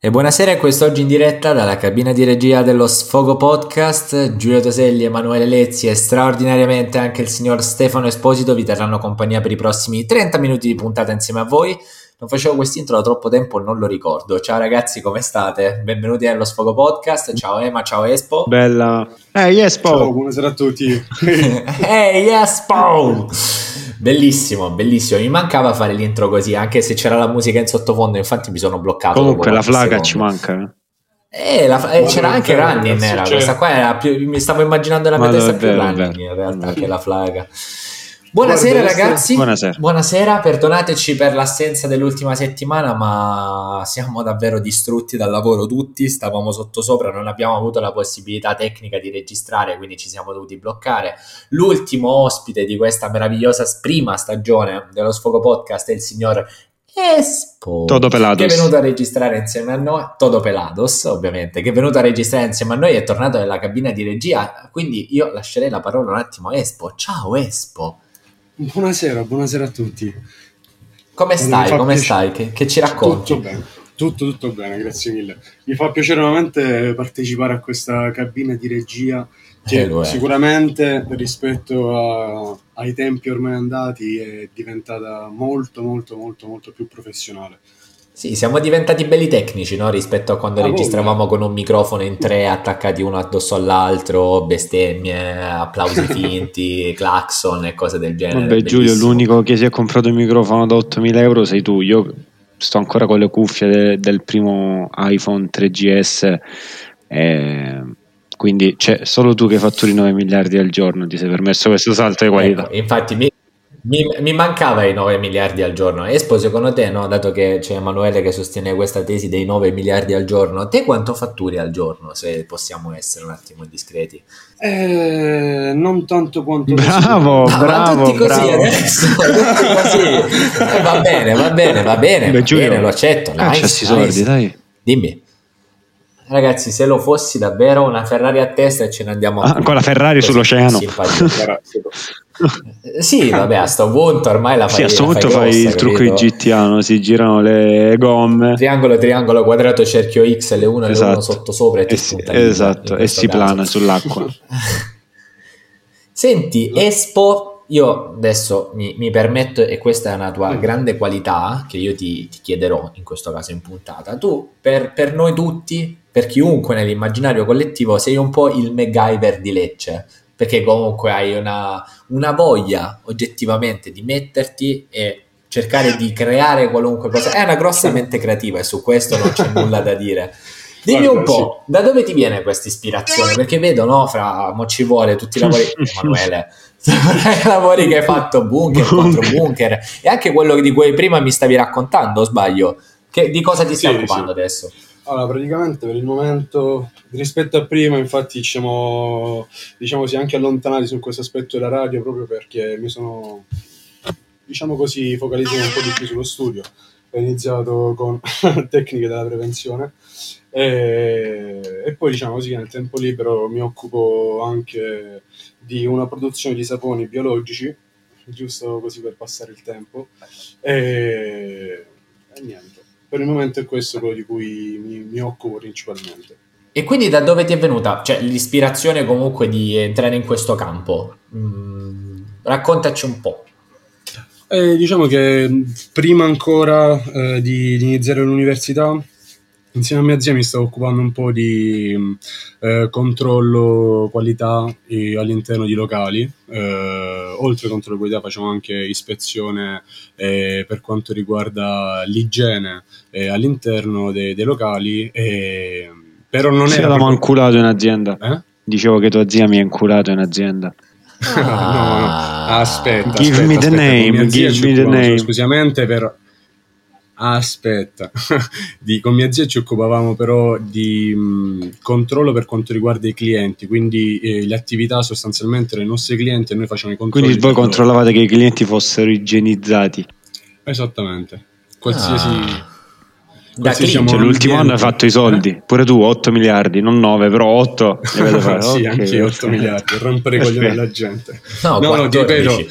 E buonasera, quest'oggi in diretta dalla cabina di regia dello Sfogo Podcast. Giulio Toselli, Emanuele Lezzi e straordinariamente anche il signor Stefano Esposito vi terranno compagnia per i prossimi 30 minuti di puntata insieme a voi. Non facevo quest'intro da troppo tempo, non lo ricordo. Ciao ragazzi, come state? Benvenuti allo Sfogo Podcast. Ciao Ema, ciao Espo. Bella. Espo. Ciao, buonasera a tutti. Espo! Bellissimo, bellissimo. Mi mancava fare l'intro così, anche se c'era la musica in sottofondo, infatti mi sono bloccato. Comunque la flaga ci manca. C'era anche Running, era. Questa qua era più, mi stavo immaginando la mia testa più Running in realtà che la flaga. Buonasera ragazzi, buonasera, perdonateci per l'assenza dell'ultima settimana, ma siamo davvero distrutti dal lavoro tutti, stavamo sottosopra, non abbiamo avuto la possibilità tecnica di registrare, quindi ci siamo dovuti bloccare. L'ultimo ospite di questa meravigliosa prima stagione dello Sfogo Podcast è il signor Espo, Todo Pelados, che è venuto a registrare insieme a noi, Todo Pelados ovviamente, che è venuto a registrare insieme a noi e è tornato nella cabina di regia, quindi io lascerei la parola un attimo a Espo. Ciao Espo. Buonasera a tutti. Come stai? Come stai? Che ci racconti? Tutto bene, tutto bene, grazie mille. Mi fa piacere veramente partecipare a questa cabina di regia che sicuramente rispetto ai tempi ormai andati è diventata molto più professionale. Sì, siamo diventati belli tecnici, no? Rispetto a quando registravamo con un microfono in tre attaccati uno addosso all'altro, bestemmie, applausi finti, clacson e cose del genere. Vabbè, Giulio, l'unico che si è comprato il microfono da 8.000 euro sei tu. Io sto ancora con le cuffie del primo iPhone 3GS, quindi c'è solo tu che fatturi 9 miliardi al giorno, ti sei permesso questo salto di qualità. Ecco, infatti mi mancava i 9 miliardi al giorno. Espo, secondo te, no? Dato che c'è Emanuele che sostiene questa tesi dei 9 miliardi al giorno, te quanto fatturi al giorno, se possiamo essere un attimo indiscreti? Non tanto quanto bravo. Tutti così adesso, tutti così. Va bene, lo accetto. Nice. Soldi, dai. Dimmi. Ragazzi, se lo fossi davvero, una Ferrari a testa e ce ne andiamo con la Ferrari sull'oceano. Sì, vabbè, a sto punto ormai la fai. Sì, a sto punto fai il trucco di GTA, no? Si girano le gomme. Triangolo, quadrato, cerchio X, L1 e L1 sotto sopra e ti spunta lì. Esatto, e si plana sull'acqua. Senti, Espo, io adesso mi permetto, e questa è una tua grande qualità che io ti chiederò in questo caso in puntata. Tu, per noi tutti, per chiunque nell'immaginario collettivo, sei un po' il MacGyver di Lecce, perché comunque hai una voglia oggettivamente di metterti e cercare di creare qualunque cosa. È una grossa mente creativa e su questo non c'è nulla da dire. Dimmi un po', da dove ti viene questa ispirazione? Perché vedo, no, mo ci vuole tutti i lavori, Emanuele, i lavori che hai fatto, bunker contro bunker, e anche quello di cui prima mi stavi raccontando, o sbaglio? Di cosa ti stai occupando adesso? Allora, praticamente per il momento, rispetto a prima, infatti si è anche allontanati su questo aspetto della radio, proprio perché mi sono, focalizzato un po' di più sullo studio. Ho iniziato con tecniche della prevenzione e poi nel tempo libero mi occupo anche di una produzione di saponi biologici, giusto così per passare il tempo, e niente. Per il momento è questo quello di cui mi occupo principalmente. E quindi da dove ti è venuta, l'ispirazione comunque di entrare in questo campo? Raccontaci un po'. Diciamo che prima ancora di iniziare l'università, insieme a mia zia mi stavo occupando un po' di controllo qualità all'interno di locali. Oltre al controllo qualità facevo anche ispezione per quanto riguarda l'igiene all'interno dei locali, però non era proprio... inculato in azienda. Dicevo che tua zia mi ha inculato in azienda. No, aspetta. Give me the name. Esclusivamente per... Aspetta, con mia zia ci occupavamo però di controllo per quanto riguarda i clienti, quindi le attività sostanzialmente dei nostri clienti e noi facciamo i controlli. Quindi voi controllavate che i clienti fossero igienizzati? Esattamente. Qualsiasi l'ultimo anno hai fatto i soldi, pure tu 8 miliardi, non 9, però 8 sì, anche 8 miliardi, rompere i coglioni alla gente. No, ti ripeto,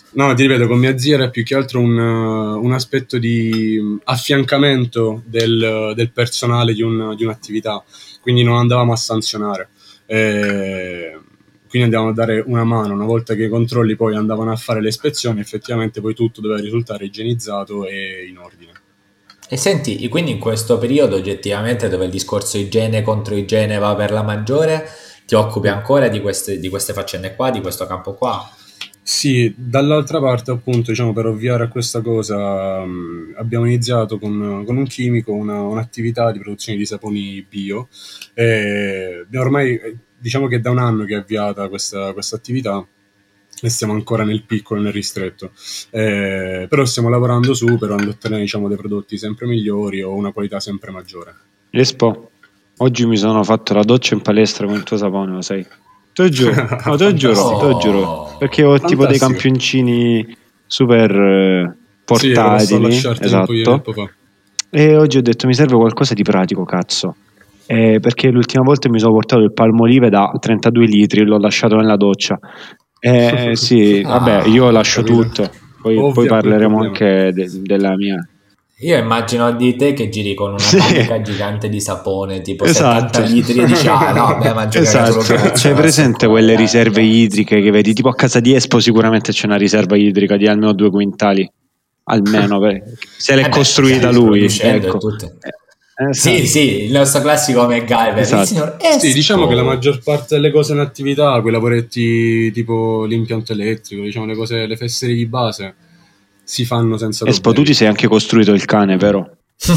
No, ti ripeto, con mia zia era più che altro un aspetto di affiancamento del personale di un'attività, quindi non andavamo a sanzionare. Quindi andavamo a dare una mano. Una volta che i controlli poi andavano a fare le ispezioni, effettivamente poi tutto doveva risultare igienizzato e in ordine. E senti, quindi in questo periodo oggettivamente dove il discorso igiene contro igiene va per la maggiore, ti occupi ancora di queste faccende qua, di questo campo qua? Sì, dall'altra parte appunto, diciamo, per ovviare a questa cosa, abbiamo iniziato con un chimico un'attività di produzione di saponi bio. E ormai diciamo che è da un anno che è avviata questa attività e stiamo ancora nel piccolo, nel ristretto. Però stiamo lavorando su per ottenere, diciamo, dei prodotti sempre migliori o una qualità sempre maggiore. Espo, oggi mi sono fatto la doccia in palestra con il tuo sapone, lo sai? Te lo giuro, no, te lo giuro, perché ho tipo dei campioncini super Sì, ero passato a portatili, lasciarti un po' di esatto. tempo fa. E oggi ho detto mi serve qualcosa di pratico, cazzo. Perché l'ultima volta mi sono portato il Palmolive da 32 litri, l'ho lasciato nella doccia. Sì, vabbè, io lascio capito. tutto. Poi Ovvio, parleremo quel problema. anche della mia. Io immagino di te che giri con una Sì. carica gigante di sapone, tipo Esatto. 70 litri, e dici, ah no, beh, ma giocare solo Esatto. cazzo. C'hai presente quelle riserve idriche che vedi? Tipo a casa di Espo sicuramente c'è una riserva idrica di almeno 2 quintali. Almeno, se l'è costruita lui. Ecco. Sì, sì, il nostro classico MacGyver, Esatto. il signor Espo. Sì, diciamo che la maggior parte delle cose in attività, quei lavoretti tipo l'impianto elettrico, diciamo le fesserie di base, si fanno senza Espo, problemi. tu ti sei anche costruito il cane, vero?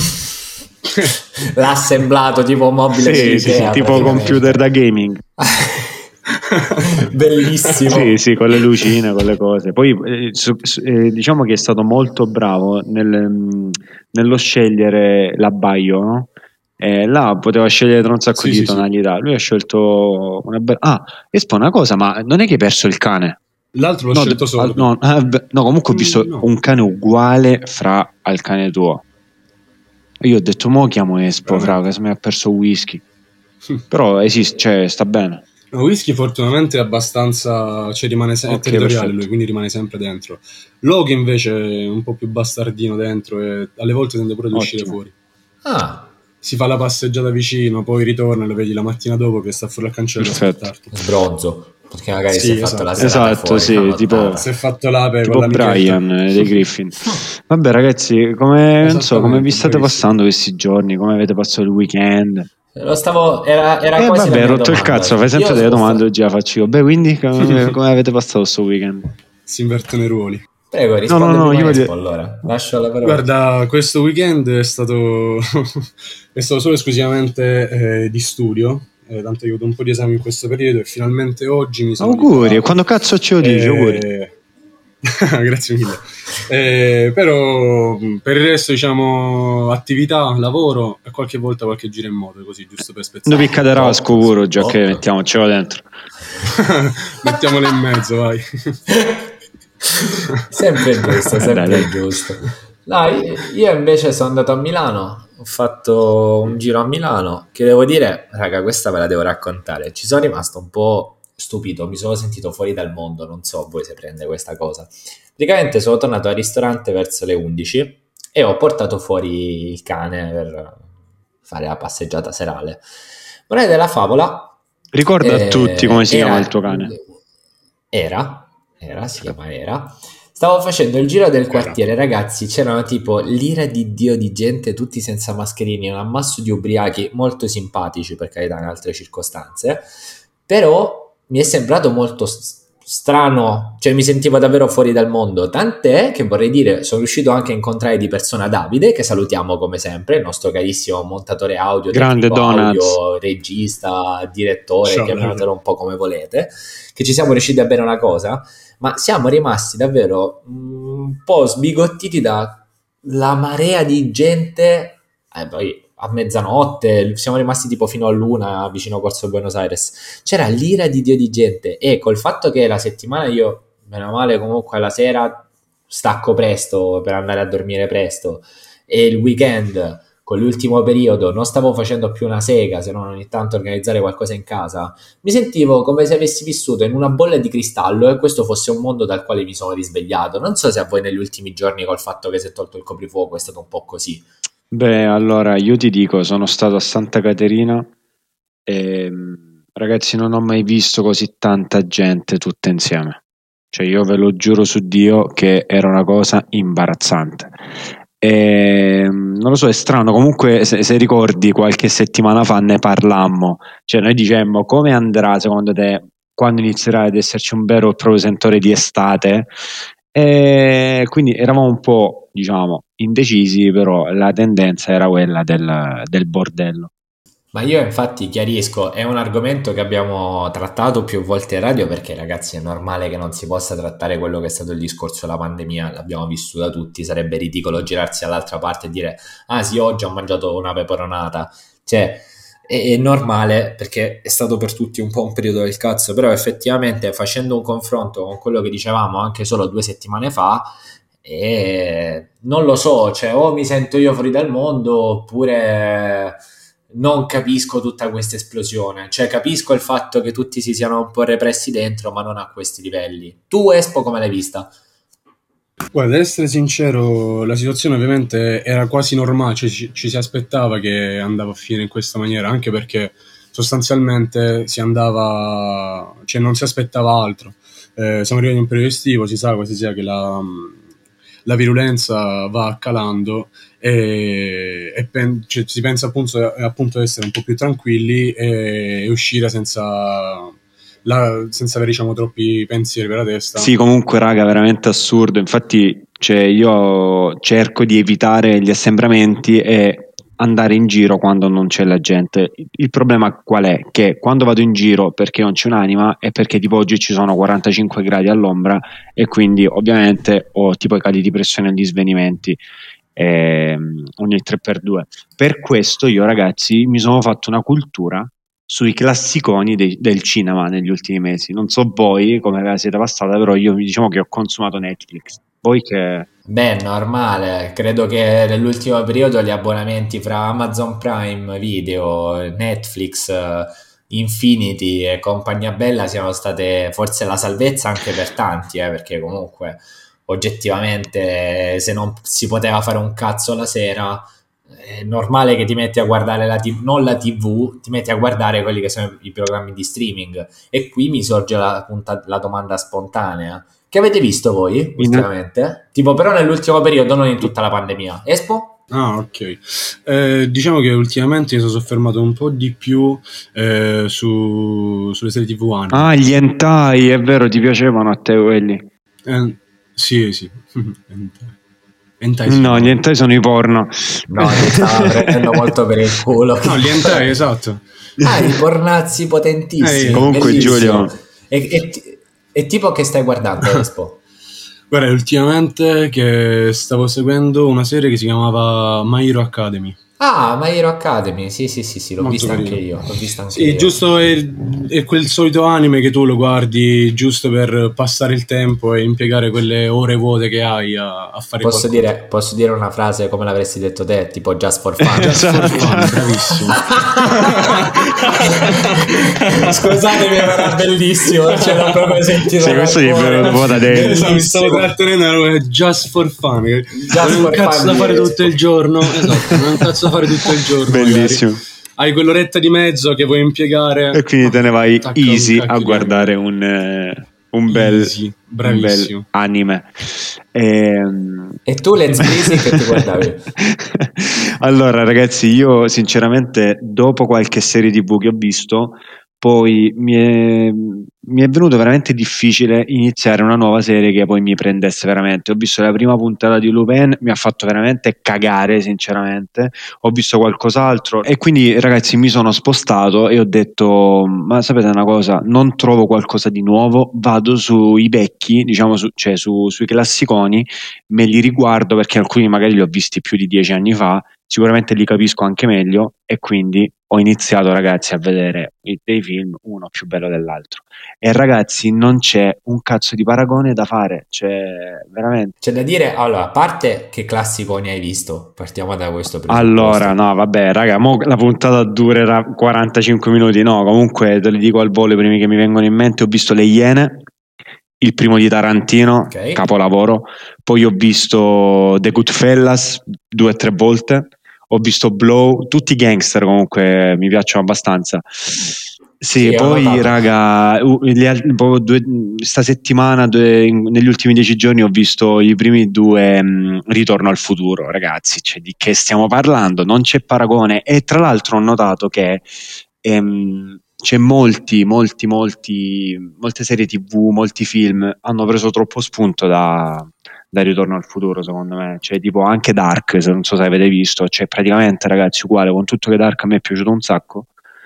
L'ha assemblato tipo mobile sì, dell'Ikea, tipo computer da gaming. Bellissimo. Sì, con le lucine, con le cose. Poi diciamo che è stato molto bravo nello scegliere l'abbaio, no? Là poteva scegliere tra un sacco di tonalità. Lui ha scelto una bella. Ah, Espo, una cosa, ma non è che hai perso il cane? L'altro l'ho scelto solo. No, comunque ho visto un cane uguale fra al cane tuo. Io ho detto, mo chiamo Espo, fra, che se mi ha perso whisky. Però esiste, cioè, sta bene. No, Whisky fortunatamente è abbastanza, cioè rimane territoriale perfetto. Lui, quindi rimane sempre dentro. Loki invece è un po' più bastardino dentro e alle volte tende pure ad uscire fuori. Si fa la passeggiata vicino, poi ritorna e lo vedi la mattina dopo che sta fuori al cancello a aspettarti. Sbronzo, perché magari si è fatto la serata fuori, sì, tipo si è fatto l'ape tipo con Brian dei Griffin. Vabbè ragazzi, come vi state passando questi giorni? Come avete passato il weekend? Lo stavo, era quasi vabbè, rotto il cazzo, fai sempre delle domande, oggi la faccio io. Beh, quindi come avete passato questo weekend? Si invertono i ruoli. Prego, rispondi prima Espo, allora. Lascio la parola. Guarda, questo weekend è stato solo esclusivamente di studio, tanto io ho avuto un po' di esami in questo periodo e finalmente oggi mi sono auguri, liberato. Quando cazzo ce lo dici? Auguri. Grazie mille. Però per il resto, diciamo, attività, lavoro e qualche volta qualche giro in moto, così giusto per spezzare. Non piccaderà a scuro, già che mettiamocelo dentro. Mettiamolo in mezzo, vai. Sempre giusto. No, io invece sono andato a Milano, ho fatto un giro a Milano, che devo dire, raga, questa ve la devo raccontare. Ci sono rimasto un po' stupito, mi sono sentito fuori dal mondo, non so voi se prende questa cosa. Praticamente sono tornato al ristorante verso le 11 e ho portato fuori il cane per fare la passeggiata serale. Morale della favola, ricorda a tutti come si chiama il tuo cane. Si chiama Era. Stavo facendo il giro del quartiere, ragazzi, c'erano tipo l'ira di Dio di gente, tutti senza mascherine, un ammasso di ubriachi molto simpatici, per carità, in altre circostanze, però mi è sembrato molto strano, cioè mi sentivo davvero fuori dal mondo, tant'è che vorrei dire, sono riuscito anche a incontrare di persona Davide, che salutiamo come sempre, il nostro carissimo montatore audio, grande audio, regista, direttore, chiamatelo un po' come volete, che ci siamo riusciti a bere una cosa, ma siamo rimasti davvero un po' sbigottiti dalla marea di gente, poi a mezzanotte, siamo rimasti tipo fino a l'una vicino a Corso Buenos Aires, c'era l'ira di Dio di gente, e col fatto che la settimana io, meno male comunque la sera stacco presto per andare a dormire presto, e il weekend con l'ultimo periodo non stavo facendo più una sega, se non ogni tanto organizzare qualcosa in casa, mi sentivo come se avessi vissuto in una bolla di cristallo e questo fosse un mondo dal quale mi sono risvegliato. Non so se a voi negli ultimi giorni, col fatto che si è tolto il coprifuoco, è stato un po' così. Beh, allora io ti dico, sono stato a Santa Caterina e ragazzi, non ho mai visto così tanta gente tutta insieme. Cioè, io ve lo giuro su Dio che era una cosa imbarazzante. Non lo so, è strano. Comunque, se ricordi, qualche settimana fa ne parlammo. Cioè, noi dicemmo come andrà secondo te quando inizierà ad esserci un vero e proprio sentore di estate. E quindi eravamo un po', diciamo, indecisi, però la tendenza era quella del bordello. Ma io infatti chiarisco, è un argomento che abbiamo trattato più volte in radio perché ragazzi è normale che non si possa trattare quello che è stato il discorso della pandemia, l'abbiamo vissuta tutti, sarebbe ridicolo girarsi dall'altra parte e dire ah sì oggi ho mangiato una peperonata, cioè è normale perché è stato per tutti un po' un periodo del cazzo, però effettivamente facendo un confronto con quello che dicevamo anche solo 2 settimane fa, non lo so, cioè o mi sento io fuori dal mondo oppure non capisco tutta questa esplosione, cioè capisco il fatto che tutti si siano un po' repressi dentro, ma non a questi livelli. Tu, Espo, come l'hai vista? Guarda, ad essere sincero, la situazione ovviamente era quasi normale, cioè ci si aspettava che andava a finire in questa maniera, anche perché sostanzialmente si andava, cioè non si aspettava altro. Siamo arrivati in un periodo estivo, si sa quasi sia che la virulenza va calando cioè, si pensa appunto ad essere un po' più tranquilli e uscire senza avere diciamo troppi pensieri per la testa. Sì, comunque raga, veramente assurdo. Infatti, cioè, io cerco di evitare gli assembramenti e andare in giro quando non c'è la gente. Il problema qual è? Che quando vado in giro perché non c'è un'anima è perché tipo oggi ci sono 45 gradi all'ombra e quindi ovviamente ho tipo i cali di pressione e gli svenimenti ogni 3x2. Per questo io ragazzi mi sono fatto una cultura sui classiconi del cinema negli ultimi mesi. Non so voi come ve la siete passata, però io diciamo che ho consumato Netflix. Voi che... Beh, è normale, credo che nell'ultimo periodo gli abbonamenti fra Amazon Prime Video, Netflix, Infinity e compagnia bella siano state forse la salvezza anche per tanti, perché comunque oggettivamente se non si poteva fare un cazzo la sera è normale che ti metti a guardare non la TV, ti metti a guardare quelli che sono i programmi di streaming e qui mi sorge la domanda spontanea. Che avete visto voi ultimamente? Tipo però nell'ultimo periodo, non in tutta la pandemia. Espo? Ah, ok. Diciamo che ultimamente mi sono soffermato un po' di più sulle serie TV anime. Ah, gli hentai, è vero, ti piacevano a te quelli? Sì. Hentai no, gli hentai sono i porno. No, mi stava prendendo molto per il culo. No, gli hentai, esatto. Ah, i pornazzi potentissimi. Comunque bellissimo. Giulio... E tipo che stai guardando, Espo? Guarda, ultimamente che stavo seguendo una serie che si chiamava My Hero Academy. Ah, My Hero Academy, sì, l'ho Molto vista carino. anche io. L'ho vista anche Sì, io. giusto è quel solito anime che tu lo guardi giusto per passare il tempo e impiegare quelle ore vuote che hai a fare Posso qualcosa. dire una frase come l'avresti detto te, tipo just for fun. Just for fun, bravissimo. Scusatemi, ma era bellissimo, cioè non proprio sentito. Sì, questo è venuto un po' da dentro. Mi stavo trattenendo just for fun. Just Non for cazzo fun da fare di tutto il giorno. Esatto, non cazzo da fare tutto il giorno. Bellissimo. Magari. Hai quell'oretta di mezzo che vuoi impiegare E quindi te ne vai Attacca easy un cacchio a di guardare un bel bravissimo. anime. E tu Let's Breezy che ti guardavi? Allora ragazzi, io sinceramente dopo qualche serie TV che ho visto, poi mi è venuto veramente difficile iniziare una nuova serie che poi mi prendesse veramente. Ho visto la prima puntata di Lupin, mi ha fatto veramente cagare sinceramente. Ho visto qualcos'altro e quindi ragazzi mi sono spostato e ho detto ma sapete una cosa, non trovo qualcosa di nuovo, vado sui vecchi, diciamo sui classiconi, me li riguardo perché alcuni magari li ho visti più di 10 anni fa sicuramente li capisco anche meglio, e quindi ho iniziato, ragazzi, a vedere dei film, uno più bello dell'altro. E ragazzi, non c'è un cazzo di paragone da fare, cioè veramente. C'è da dire, allora, a parte che classiconi hai visto, partiamo da questo presupposto. Allora, no, vabbè, raga, mo la puntata durerà 45 minuti, no, comunque te li dico al volo i primi che mi vengono in mente. Ho visto Le Iene, il primo di Tarantino, Ok. capolavoro. Poi ho visto The Goodfellas 2 o 3 volte. Ho visto Blow, tutti gangster comunque mi piacciono abbastanza. Sì, Sì, ho poi notato. raga, sta settimana, negli ultimi 10 giorni ho visto i primi due Ritorno al futuro, ragazzi, cioè, di che stiamo parlando? Non c'è paragone. E tra l'altro ho notato che c'è molte serie TV, molti film hanno preso troppo spunto da Ritorno al futuro, secondo me. Cioè, tipo anche Dark, se non so se avete visto, cioè praticamente, ragazzi, uguale, con tutto che Dark a me è piaciuto un sacco.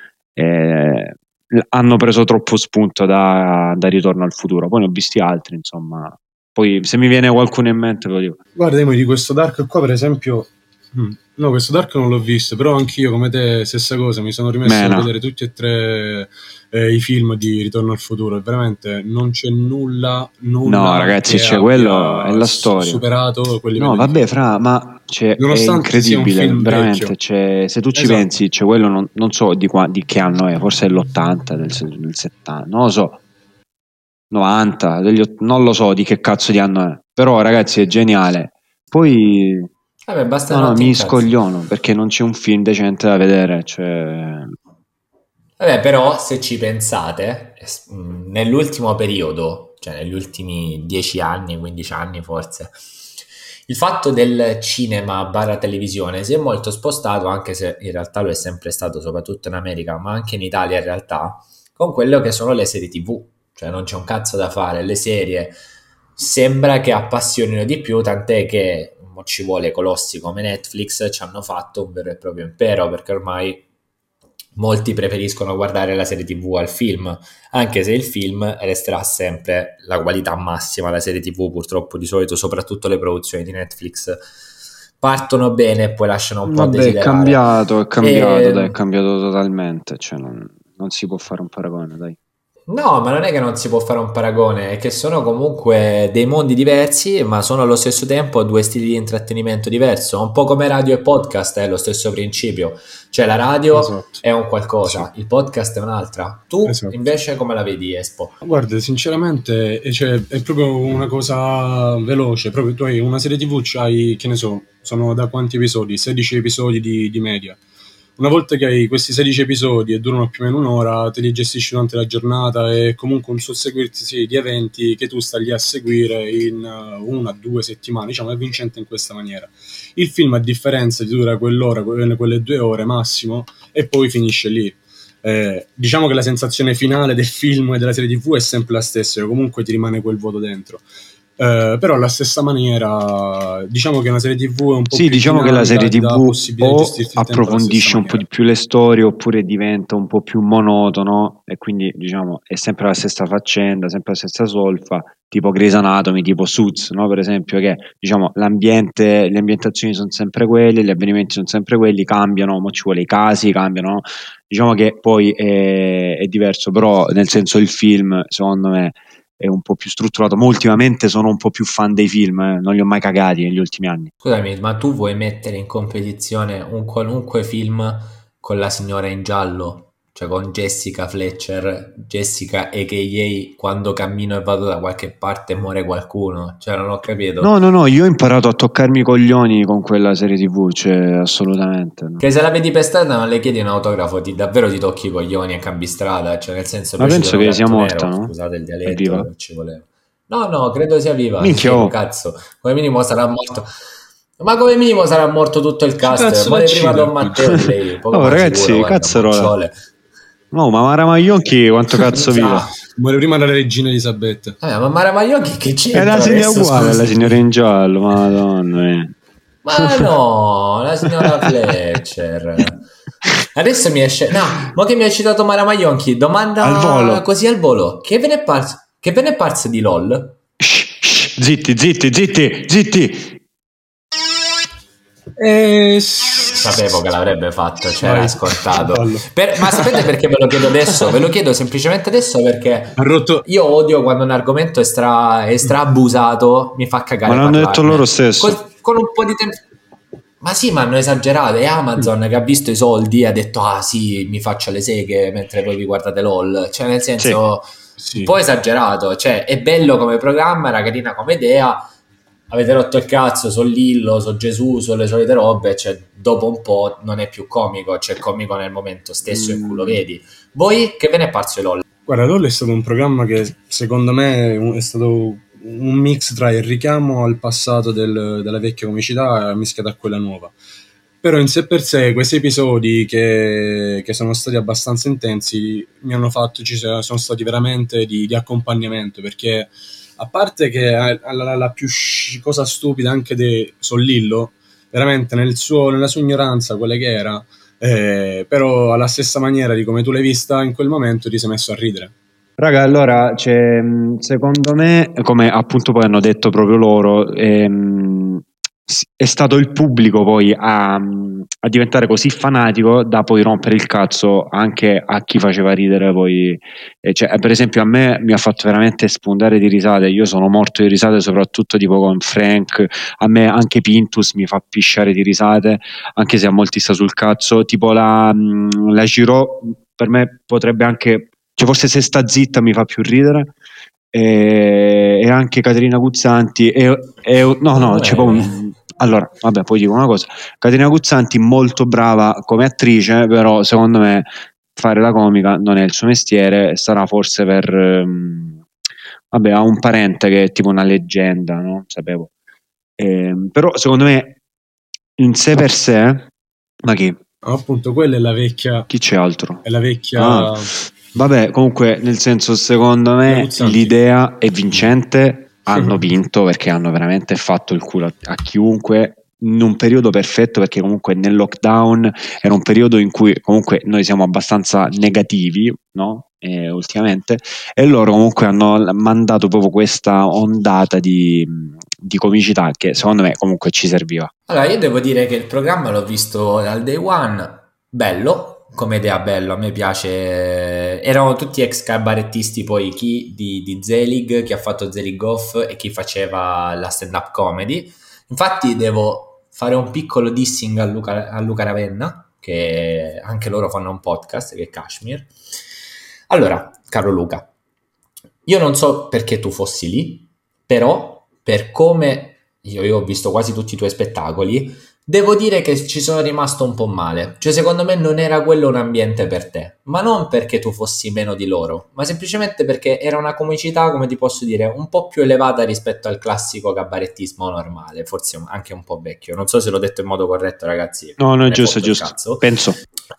Hanno preso troppo spunto da Ritorno al futuro. Poi ne ho visti altri, insomma. Poi se mi viene qualcuno in mente ve lo dico. Guarda, Emo, di questo Dark qua, per esempio, no, questo Dark non l'ho visto, però anch'io, come te, stessa cosa, mi sono rimesso Mena. a vedere tutti e tre i film di Ritorno al futuro, e veramente non c'è nulla No, ragazzi, che c'è quello, è abbia la storia. superato quel No, livello di vabbè, film. fra, ma è Nonostante sia un incredibile, film veramente. vecchio. Cioè, se tu ci Esatto. pensi, c'è quello, non so di che anno è, forse è l'80, del 70, non lo so, 90, non lo so di che cazzo di anno è. Però, ragazzi, è geniale. Poi, Vabbè, basta no, notte mi in cazzo. scogliono perché non c'è un film decente da vedere. Cioè, Vabbè, però se ci pensate, nell'ultimo periodo, cioè negli ultimi 10 anni, 15 anni forse, il fatto del cinema barra televisione si è molto spostato, anche se in realtà lo è sempre stato, soprattutto in America, ma anche in Italia in realtà, con quello che sono le serie TV. Cioè non c'è un cazzo da fare, le serie sembra che appassionino di più, tant'è che ci vuole colossi come Netflix ci hanno fatto un vero e proprio impero, perché ormai molti preferiscono guardare la serie TV al film, anche se il film resterà sempre la qualità massima. La serie TV purtroppo di solito, soprattutto le produzioni di Netflix, partono bene e poi lasciano un po' a vabbè, è desiderare. cambiato, dai, è cambiato totalmente. Cioè, non si può fare un paragone, dai. No, ma non è che non si può fare un paragone, è che sono comunque dei mondi diversi, ma sono allo stesso tempo due stili di intrattenimento diverso, un po' come radio e podcast, è lo stesso principio. Cioè la radio Esatto. è un qualcosa, il podcast è un'altra. Tu Esatto. invece come la vedi, Espo? Guarda, sinceramente cioè, è proprio una cosa veloce. Proprio tu hai una serie TV, c'hai, che ne so, sono da quanti episodi? 16 episodi di media. Una volta che hai questi 16 episodi e durano più o meno un'ora, te li gestisci durante la giornata, e comunque un susseguirsi di eventi che tu stai lì a seguire in 1 o 2 settimane, diciamo, è vincente in questa maniera. Il film, a differenza, ti dura quell'ora, quelle 2 ore massimo, e poi finisce lì. Diciamo che la sensazione finale del film e della serie TV è sempre la stessa, che comunque ti rimane quel vuoto dentro. Però alla stessa maniera, diciamo che una serie TV è un po' Sì, più diciamo che la serie dinamica, ti dà la TV possibilità di o gestirti il tempo alla stessa approfondisce un po' maniera. di più le storie, oppure diventa un po' più monotono, e quindi diciamo è sempre la stessa faccenda, sempre la stessa solfa, tipo Grey's Anatomy, tipo Suits, no? Per esempio, che diciamo l'ambiente, le ambientazioni sono sempre quelle, gli avvenimenti sono sempre quelli, cambiano, ma ci vuole i casi, cambiano, no? Diciamo che poi è diverso, però nel senso il film, secondo me, è un po' più strutturato. Ma ultimamente sono un po' più fan dei film, non li ho mai cagati negli ultimi anni. Scusami, ma tu vuoi mettere in competizione un qualunque film con la signora in giallo? Cioè con Jessica Fletcher, Jessica a.k.a. quando cammino e vado da qualche parte muore qualcuno? Cioè non ho capito. No, io ho imparato a toccarmi i coglioni con quella serie TV, cioè assolutamente. No. Che se la vedi per strada non le chiedi un autografo, davvero ti tocchi i coglioni e cambi strada, cioè nel senso Ma poi ci penso sono che sia gatto morta, nero, no? scusate il È dialetto, viva? non ci voleva. No, credo sia viva, Minchia, sì, oh. cazzo, come minimo sarà morto. Ma come minimo sarà morto tutto il Chi cast, cazzo muore prima decide? Don Matteo di lei, poco Oh, ma sicuro, ragazzi, guarda, cazzarola. Macciole. No, ma Mara Maionchi quanto cazzo vive? Muore prima la regina Elisabetta. Ma Mara Maionchi che È c'entra la signora adesso, uguale alla scusami? signora in giallo, madonna. Ma no, la signora Fletcher. Adesso mi esce. No, ma che mi hai citato Mara Maionchi? Domanda Al volo. così al volo. Che ve ne è parso di LOL? Zitti. Sì, sapevo che l'avrebbe fatto, c'era Vai, scontato. fallo. Ma sapete perché ve lo chiedo adesso? Ve lo chiedo semplicemente adesso perché Ha rotto. io odio quando un argomento è stra abusato, mi fa Ma cagare l'hanno detto parlarne. loro stesso. Con un po' di tempo. Ma sì, ma hanno esagerato. È Amazon che ha visto i soldi e ha detto: ah sì, mi faccio le seghe mentre voi vi guardate LOL. Cioè, nel senso, Sì. un po' esagerato. Cioè, è bello come programma, era carina come idea. Avete rotto il cazzo su Lillo, su Gesù, sulle solite robe. Cioè, dopo un po' non è più comico. C'è comico nel momento stesso in cui lo vedi. Voi che ve ne è parso di LOL? Guarda, LOL è stato un programma che secondo me è stato un mix tra il richiamo al passato della vecchia comicità mischiata a quella nuova. Però in sé per sé questi episodi che sono stati abbastanza intensi mi hanno fatto, sono stati veramente di accompagnamento, perché a parte che la più cosa stupida anche di Sollillo, veramente nella sua ignoranza, quella che era, però alla stessa maniera di come tu l'hai vista in quel momento ti sei messo a ridere. Raga, allora, secondo me, come appunto poi hanno detto proprio loro, è stato il pubblico poi a diventare così fanatico da poi rompere il cazzo anche a chi faceva ridere poi. Cioè, per esempio a me mi ha fatto veramente spuntare di risate, io sono morto di risate soprattutto tipo con Frank, a me anche Pintus mi fa pisciare di risate, anche se a molti sta sul cazzo, tipo la Giro per me potrebbe anche, cioè forse se sta zitta mi fa più ridere, e anche Caterina Guzzanti no, c'è allora vabbè, poi dico una cosa: Caterina Guzzanti molto brava come attrice, però secondo me fare la comica non è il suo mestiere, sarà forse per vabbè, ha un parente che è tipo una leggenda, no? Sapevo. Però secondo me in sé per sé, ma chi? Appunto, quella è la vecchia. Chi c'è altro? È la vecchia. Vabbè, comunque, nel senso, secondo me l'idea è vincente, hanno vinto perché hanno veramente fatto il culo a chiunque in un periodo perfetto, perché comunque nel lockdown era un periodo in cui comunque noi siamo abbastanza negativi, no? Ultimamente, e loro comunque hanno mandato proprio questa ondata di comicità che secondo me comunque ci serviva. Allora, io devo dire che il programma l'ho visto dal day one, bello, come idea bello, a me piace. Erano tutti ex cabarettisti, poi chi di Zelig, chi ha fatto Zelig Off e chi faceva la stand-up comedy. Infatti devo fare un piccolo dissing a Luca Ravenna, che anche loro fanno un podcast, che è Kashmir. Allora, caro Luca, io non so perché tu fossi lì, però per come io ho visto quasi tutti i tuoi spettacoli, devo dire che ci sono rimasto un po' male. Cioè, secondo me non era quello un ambiente per te, ma non perché tu fossi meno di loro, ma semplicemente perché era una comicità, come ti posso dire, un po' più elevata rispetto al classico cabarettismo normale, forse anche un po' vecchio. Non so se l'ho detto in modo corretto, ragazzi. No, è giusto, penso.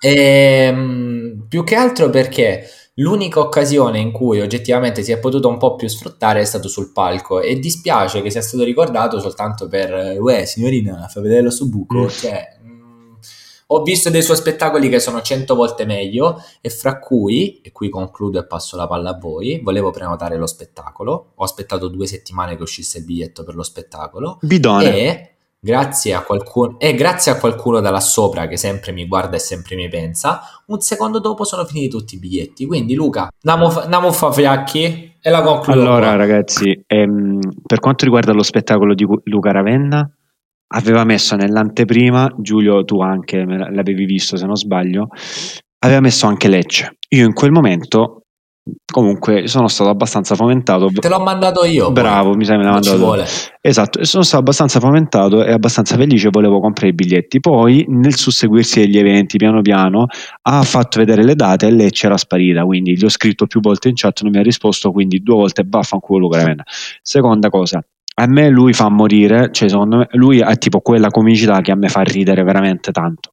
Più che altro perché l'unica occasione in cui oggettivamente si è potuto un po' più sfruttare è stato sul palco, e dispiace che sia stato ricordato soltanto per uè signorina, fa vedere lo suo buco. Cioè, ho visto dei suoi spettacoli che sono 100 volte meglio, e fra cui, e qui concludo e passo la palla a voi, volevo prenotare lo spettacolo, ho aspettato 2 settimane che uscisse il biglietto per lo spettacolo, Bidone. e grazie a qualcuno da là sopra che sempre mi guarda e sempre mi pensa, un secondo dopo sono finiti tutti i biglietti. Quindi Luca, andiamo a fa fiacchi e la concludo. Allora qua. ragazzi, per quanto riguarda lo spettacolo di Luca Ravenna, aveva messo nell'anteprima, Giulio tu anche l'avevi visto se non sbaglio, aveva messo anche Lecce. Io in quel momento comunque sono stato abbastanza fomentato. Te l'ho mandato io. Bravo, poi. mi sa che me l'ha Non ci mandato. vuole. Esatto, e sono stato abbastanza fomentato e abbastanza felice, volevo comprare i biglietti. Poi nel susseguirsi degli eventi piano piano ha fatto vedere le date e Lecce era sparita, quindi gli ho scritto più volte in chat, non mi ha risposto, quindi 2 volte vaffanculo Luca Ravenna. Seconda cosa, a me lui fa morire, cioè secondo me lui ha tipo quella comicità che a me fa ridere veramente tanto,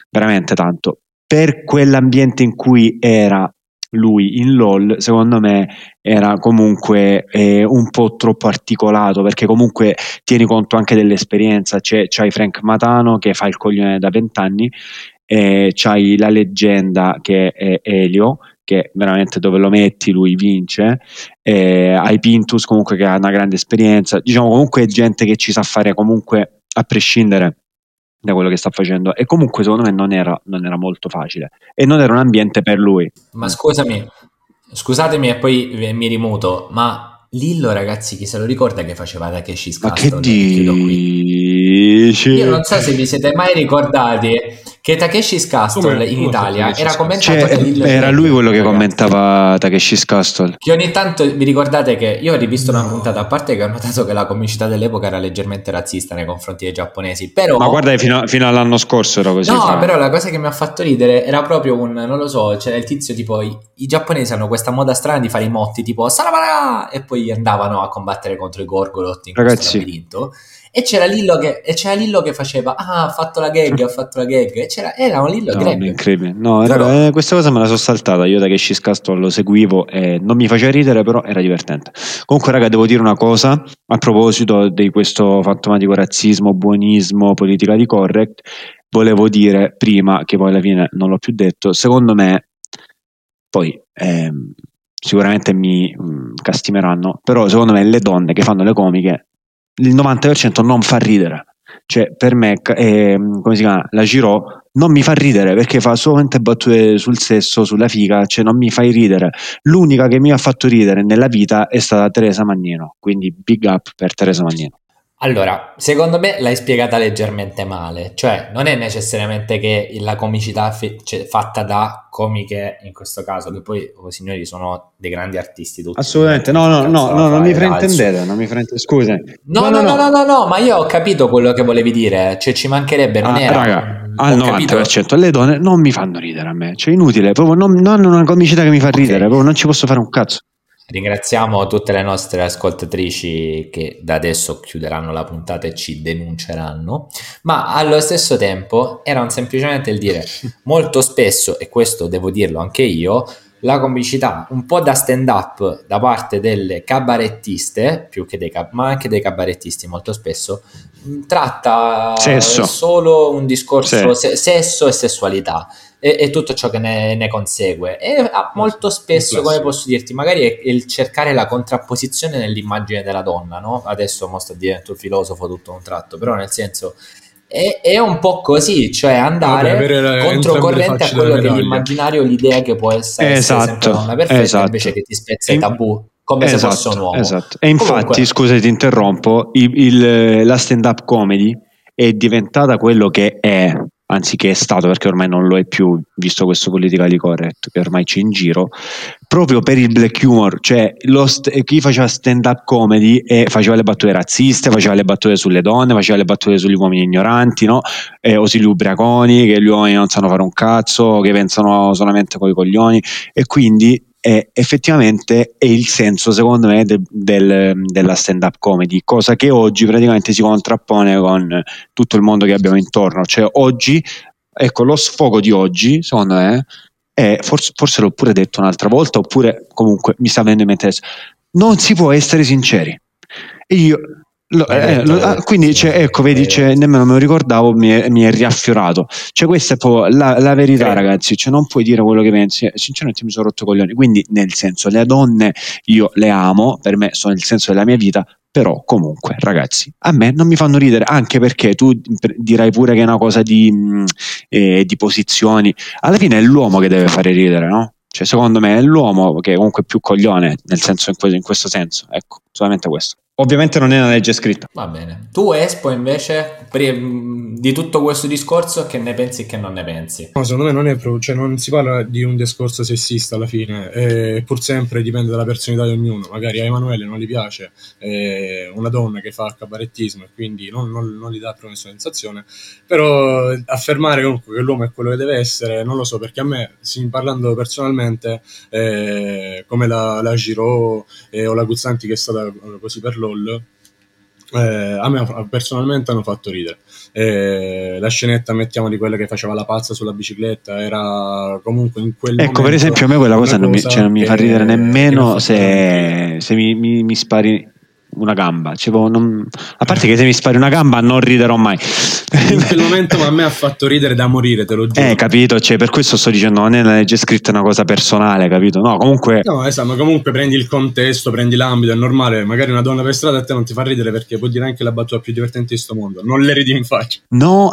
per quell'ambiente in cui era lui in LOL. Secondo me era comunque un po' troppo articolato, perché comunque tieni conto anche dell'esperienza. C'hai Frank Matano che fa il coglione da 20 anni, c'hai la leggenda che è Elio, che veramente dove lo metti lui vince, hai Pintus comunque che ha una grande esperienza, diciamo comunque gente che ci sa fare comunque a prescindere da quello che sta facendo, e comunque secondo me non era molto facile e non era un ambiente per lui. Ma scusatemi e poi mi rimuto, ma Lillo, ragazzi, chi se lo ricorda che faceva Takeshi's Ma che Castle? E chiudo qui. dici? Io non so se vi siete mai ricordati che Takeshi's Castle in Italia era commentato da Lillo e Era Greg, lui quello che ragazzi. commentava Takeshi's Castle. Che ogni tanto vi ricordate che io ho rivisto una puntata, a parte che ho notato che la comicità dell'epoca era leggermente razzista nei confronti dei giapponesi, però Ma guarda, fino all'anno scorso era così. no, però la cosa che mi ha fatto ridere era proprio non lo so, c'era il tizio tipo, i giapponesi hanno questa moda strana di fare i motti tipo Salamara! E poi andavano a combattere contro i Gorgoroth in questo Ragazzi, labirinto. E c'era Lillo che faceva, ha fatto la gag, e era un Lillo no, Greg. incredibile. No, Però- questa cosa me la sono saltata. Io Takeshi's Castle lo seguivo e non mi faceva ridere, però era divertente. Comunque, raga, devo dire una cosa a proposito di questo fantomatico razzismo, buonismo, politica di correct. Volevo dire prima, che poi alla fine non l'ho più detto, secondo me, poi sicuramente mi castimeranno, però secondo me le donne che fanno le comiche, il 90% non fa ridere. Cioè, per me, come si chiama? La Giraud non mi fa ridere perché fa solamente battute sul sesso, sulla figa, cioè non mi fai ridere. L'unica che mi ha fatto ridere nella vita è stata Teresa Mannino, quindi big up per Teresa Mannino. Allora, secondo me l'hai spiegata leggermente male, cioè non è necessariamente che la comicità fatta da comiche, in questo caso, che poi signori sono dei grandi artisti tutti. Assolutamente, no, non mi fraintendete, scusa. No, ma io ho capito quello che volevi dire, cioè ci mancherebbe, non era... Raga, al ho capito. 90% le donne non mi fanno ridere a me, cioè inutile, proprio non hanno una comicità che mi fa ridere, proprio non ci posso fare un cazzo. Ringraziamo tutte le nostre ascoltatrici che da adesso chiuderanno la puntata e ci denunceranno, ma allo stesso tempo erano semplicemente il dire molto spesso, e questo devo dirlo anche io, la comicità un po' da stand up da parte delle cabarettiste, più che ma anche dei cabarettisti molto spesso, tratta Sesso. solo un discorso Sì. sesso e sessualità. E tutto ciò che ne consegue, e molto spesso, come posso dirti, magari è il cercare la contrapposizione nell'immagine della donna, no? Adesso sto diventando filosofo tutto un tratto, però nel senso è un po' così, cioè andare controcorrente a quello che è l'immaginario, l'idea che può essere sempre una donna perfetta, invece che ti spezza i tabù come se fosse un uomo. Esatto. E infatti, comunque, scusa ti interrompo, la stand-up comedy è diventata quello che è, anziché è stato, perché ormai non lo è più, visto questo politically correct che ormai c'è in giro, proprio per il black humor, cioè chi faceva stand up comedy e faceva le battute razziste, faceva le battute sulle donne, faceva le battute sugli uomini ignoranti, no? O sugli ubriaconi, che gli uomini non sanno fare un cazzo, che pensano solamente coi coglioni, e quindi effettivamente è il senso, secondo me, della stand up comedy, cosa che oggi praticamente si contrappone con tutto il mondo che abbiamo intorno. Cioè oggi, ecco, lo sfogo di oggi, secondo me, forse l'ho pure detto un'altra volta, oppure comunque mi sta venendo in mente adesso, non si può essere sinceri. E io quindi cioè, ecco, vedi, nemmeno me lo ricordavo, mi è riaffiorato. Cioè, questa è poi la verità, ragazzi. Cioè, non puoi dire quello che pensi. Sinceramente, mi sono rotto i coglioni. Quindi, nel senso, le donne io le amo, per me sono il senso della mia vita. Però, comunque, ragazzi, a me non mi fanno ridere, anche perché tu dirai pure che è una cosa di posizioni. Alla fine è l'uomo che deve fare ridere, no? Cioè, secondo me è l'uomo che è comunque più coglione, nel senso, in questo senso. Ecco, solamente questo. Ovviamente non è una legge scritta. Va bene. Tu, Espo, invece, di tutto questo discorso, che ne pensi e che non ne pensi? No, secondo me non è cioè non si parla di un discorso sessista alla fine, pur sempre dipende dalla personalità di ognuno. Magari a Emanuele non gli piace una donna che fa cabarettismo e quindi non gli dà proprio nessuna sensazione, però affermare comunque che l'uomo è quello che deve essere, non lo so, perché a me, parlando personalmente, come la Giraud o la Guzzanti, che è stata così per LOL, a me personalmente hanno fatto ridere. La scenetta, mettiamo, di quella che faceva la pazza sulla bicicletta, era comunque in quel momento, per esempio, a me quella cosa non mi fa ridere nemmeno se mi spari una gamba. Cioè, a parte che se mi spari una gamba non riderò mai. In quel momento a me ha fatto ridere da morire, te lo giuro. Capito? Cioè, per questo sto dicendo, non è nella legge scritta una cosa personale, capito? No, comunque... No, esatto, ma comunque prendi il contesto, prendi l'ambito, è normale. Magari una donna per strada a te non ti fa ridere perché può dire anche la battuta più divertente di sto mondo. Non le ridi in faccia. No,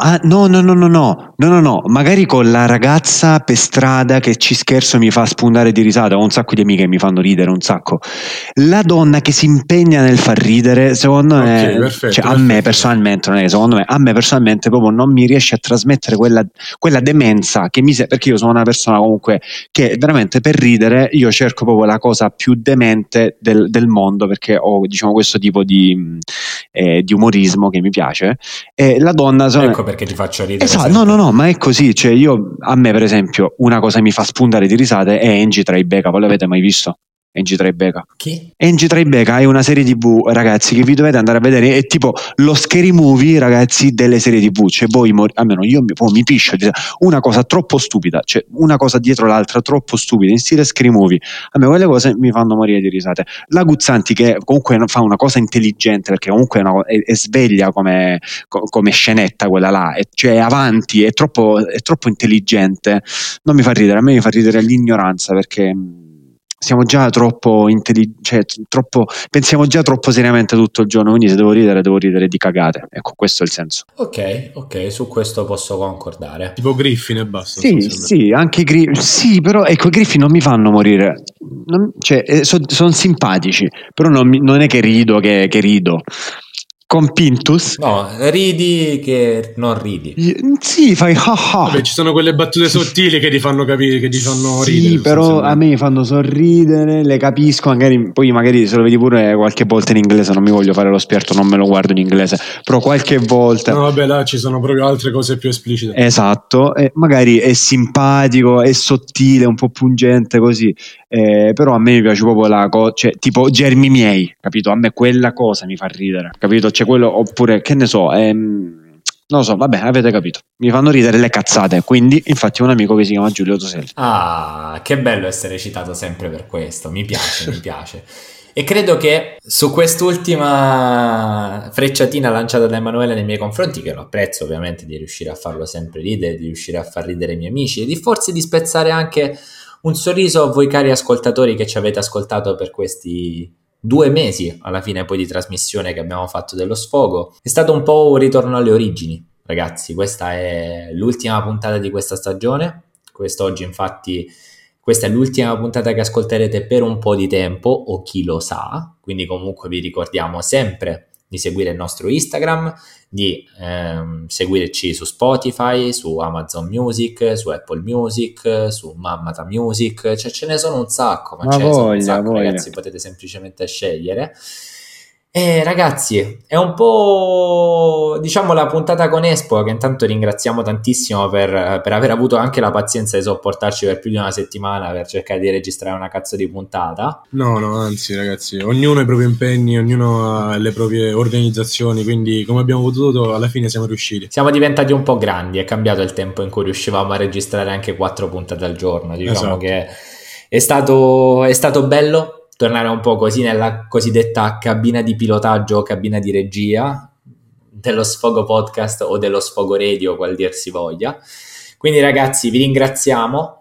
no. Magari con la ragazza per strada che ci scherzo mi fa spuntare di risata. Ho un sacco di amiche che mi fanno ridere, un sacco. La donna che si impegna nel far ridere, secondo me, perfetto, cioè, a me personalmente, non è che secondo me, a me personalmente proprio non mi riesce a trasmettere quella demenza che perché io sono una persona comunque che veramente per ridere io cerco proprio la cosa più demente del mondo, perché ho, diciamo, questo tipo di umorismo che mi piace. E la donna ecco perché ti faccio ridere. Esatto, no, ma è così. Cioè, a me, per esempio, una cosa che mi fa spuntare di risate è Angie Tribeca. Voi l'avete mai visto? Angie Tribeca. Chi? Angie Tribeca è una serie TV, ragazzi, che vi dovete andare a vedere. È tipo lo scary movie, ragazzi, delle serie TV. Cioè, voi, almeno io mi piscio di una cosa troppo stupida, cioè una cosa dietro l'altra troppo stupida, in stile scary movie. A me quelle cose mi fanno morire di risate. La Guzzanti, che comunque fa una cosa intelligente, perché comunque è sveglia come scenetta quella là, cioè è avanti, è troppo intelligente, non mi fa ridere. A me mi fa ridere l'ignoranza, perché siamo già troppo pensiamo già troppo seriamente tutto il giorno, quindi se devo ridere di cagate. Ecco, questo è il senso. Ok, su questo posso concordare. Tipo Griffin e basta. Sì, anche sì, però ecco, i Griffin non mi fanno morire. Sono simpatici, però non è che rido che rido. Con Pintus? No, ridi che non ridi. Sì, fai Vabbè, ci sono quelle battute sottili che ti fanno capire, che ti fanno ridere. Sì, però a me fanno sorridere, le capisco, magari se lo vedi pure qualche volta in inglese, non mi voglio fare lo esperto, non me lo guardo in inglese, però qualche volta... No, vabbè, là ci sono proprio altre cose più esplicite. Esatto, magari è simpatico, è sottile, un po' pungente così, però a me mi piace proprio la cosa, cioè tipo Germi miei, capito? A me quella cosa mi fa ridere, capito? C'è quello, oppure che ne so, non lo so, vabbè, avete capito, mi fanno ridere le cazzate, quindi infatti ho un amico che si chiama Giulio Toselli. Ah, che bello essere citato sempre per questo, mi piace. E credo che su quest'ultima frecciatina lanciata da Emanuele nei miei confronti, che lo apprezzo ovviamente, di riuscire a farlo sempre ridere, di riuscire a far ridere i miei amici e forse di spezzare anche un sorriso a voi cari ascoltatori che ci avete ascoltato per questi 2 mesi alla fine poi di trasmissione che abbiamo fatto dello sfogo. È stato un po' un ritorno alle origini, ragazzi. Questa è l'ultima puntata di questa stagione. Quest'oggi infatti questa è l'ultima puntata che ascolterete per un po' di tempo, o chi lo sa, quindi comunque vi ricordiamo sempre di seguire il nostro Instagram, di seguirci su Spotify, su Amazon Music, su Apple Music, su Mammata Music, cioè ce ne sono un sacco, voglia. Ragazzi, potete semplicemente scegliere. E ragazzi, è un po', diciamo, la puntata con Espo, che intanto ringraziamo tantissimo per aver avuto anche la pazienza di sopportarci per più di una settimana per cercare di registrare una cazzo di puntata. No, anzi ragazzi, ognuno ha i propri impegni, ognuno ha le proprie organizzazioni, quindi come abbiamo potuto alla fine siamo riusciti. Siamo diventati un po' grandi, è cambiato il tempo in cui riuscivamo a registrare anche 4 puntate al giorno, diciamo. Esatto. Che è stato bello tornare un po' così nella cosiddetta cabina di pilotaggio, cabina di regia dello Sfogo Podcast o dello Sfogo Radio, qual dir si voglia. Quindi ragazzi, vi ringraziamo.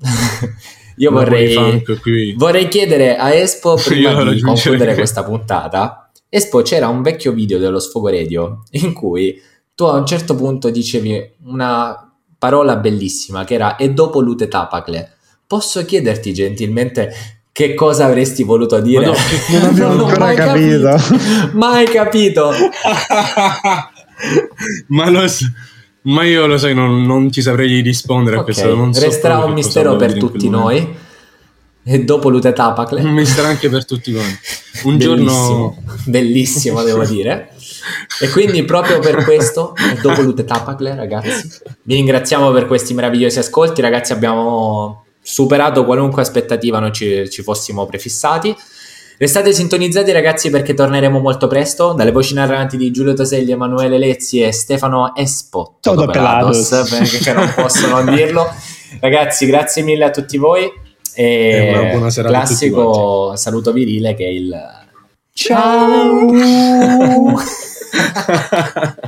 Io vorrei chiedere a Espo, prima di concludere questa puntata, Espo, c'era un vecchio video dello Sfogo Radio in cui tu a un certo punto dicevi una parola bellissima che era "e dopo Lute Tapacle". Posso chiederti gentilmente che cosa avresti voluto dire? Non abbiamo ancora capito. Mai capito. Ma io lo sai, non ti saprei rispondere a questo. Non resterà so un mistero per tutti noi. E dopo Lute Tapacle. Un mistero anche per tutti quanti. Un giorno bellissimo, devo dire. E quindi proprio per questo, e dopo Lute Tapacle, ragazzi, vi ringraziamo per questi meravigliosi ascolti. Ragazzi, abbiamo superato qualunque aspettativa noi ci fossimo prefissati. Restate sintonizzati ragazzi, perché torneremo molto presto. Dalle voci narranti di Giulio Toselli, Emanuele Lezzi e Stefano Espo Todo Pelados, perché non posso non dirlo. Ragazzi, grazie mille a tutti voi e una buona serata classico saluto virile che è il Ciao.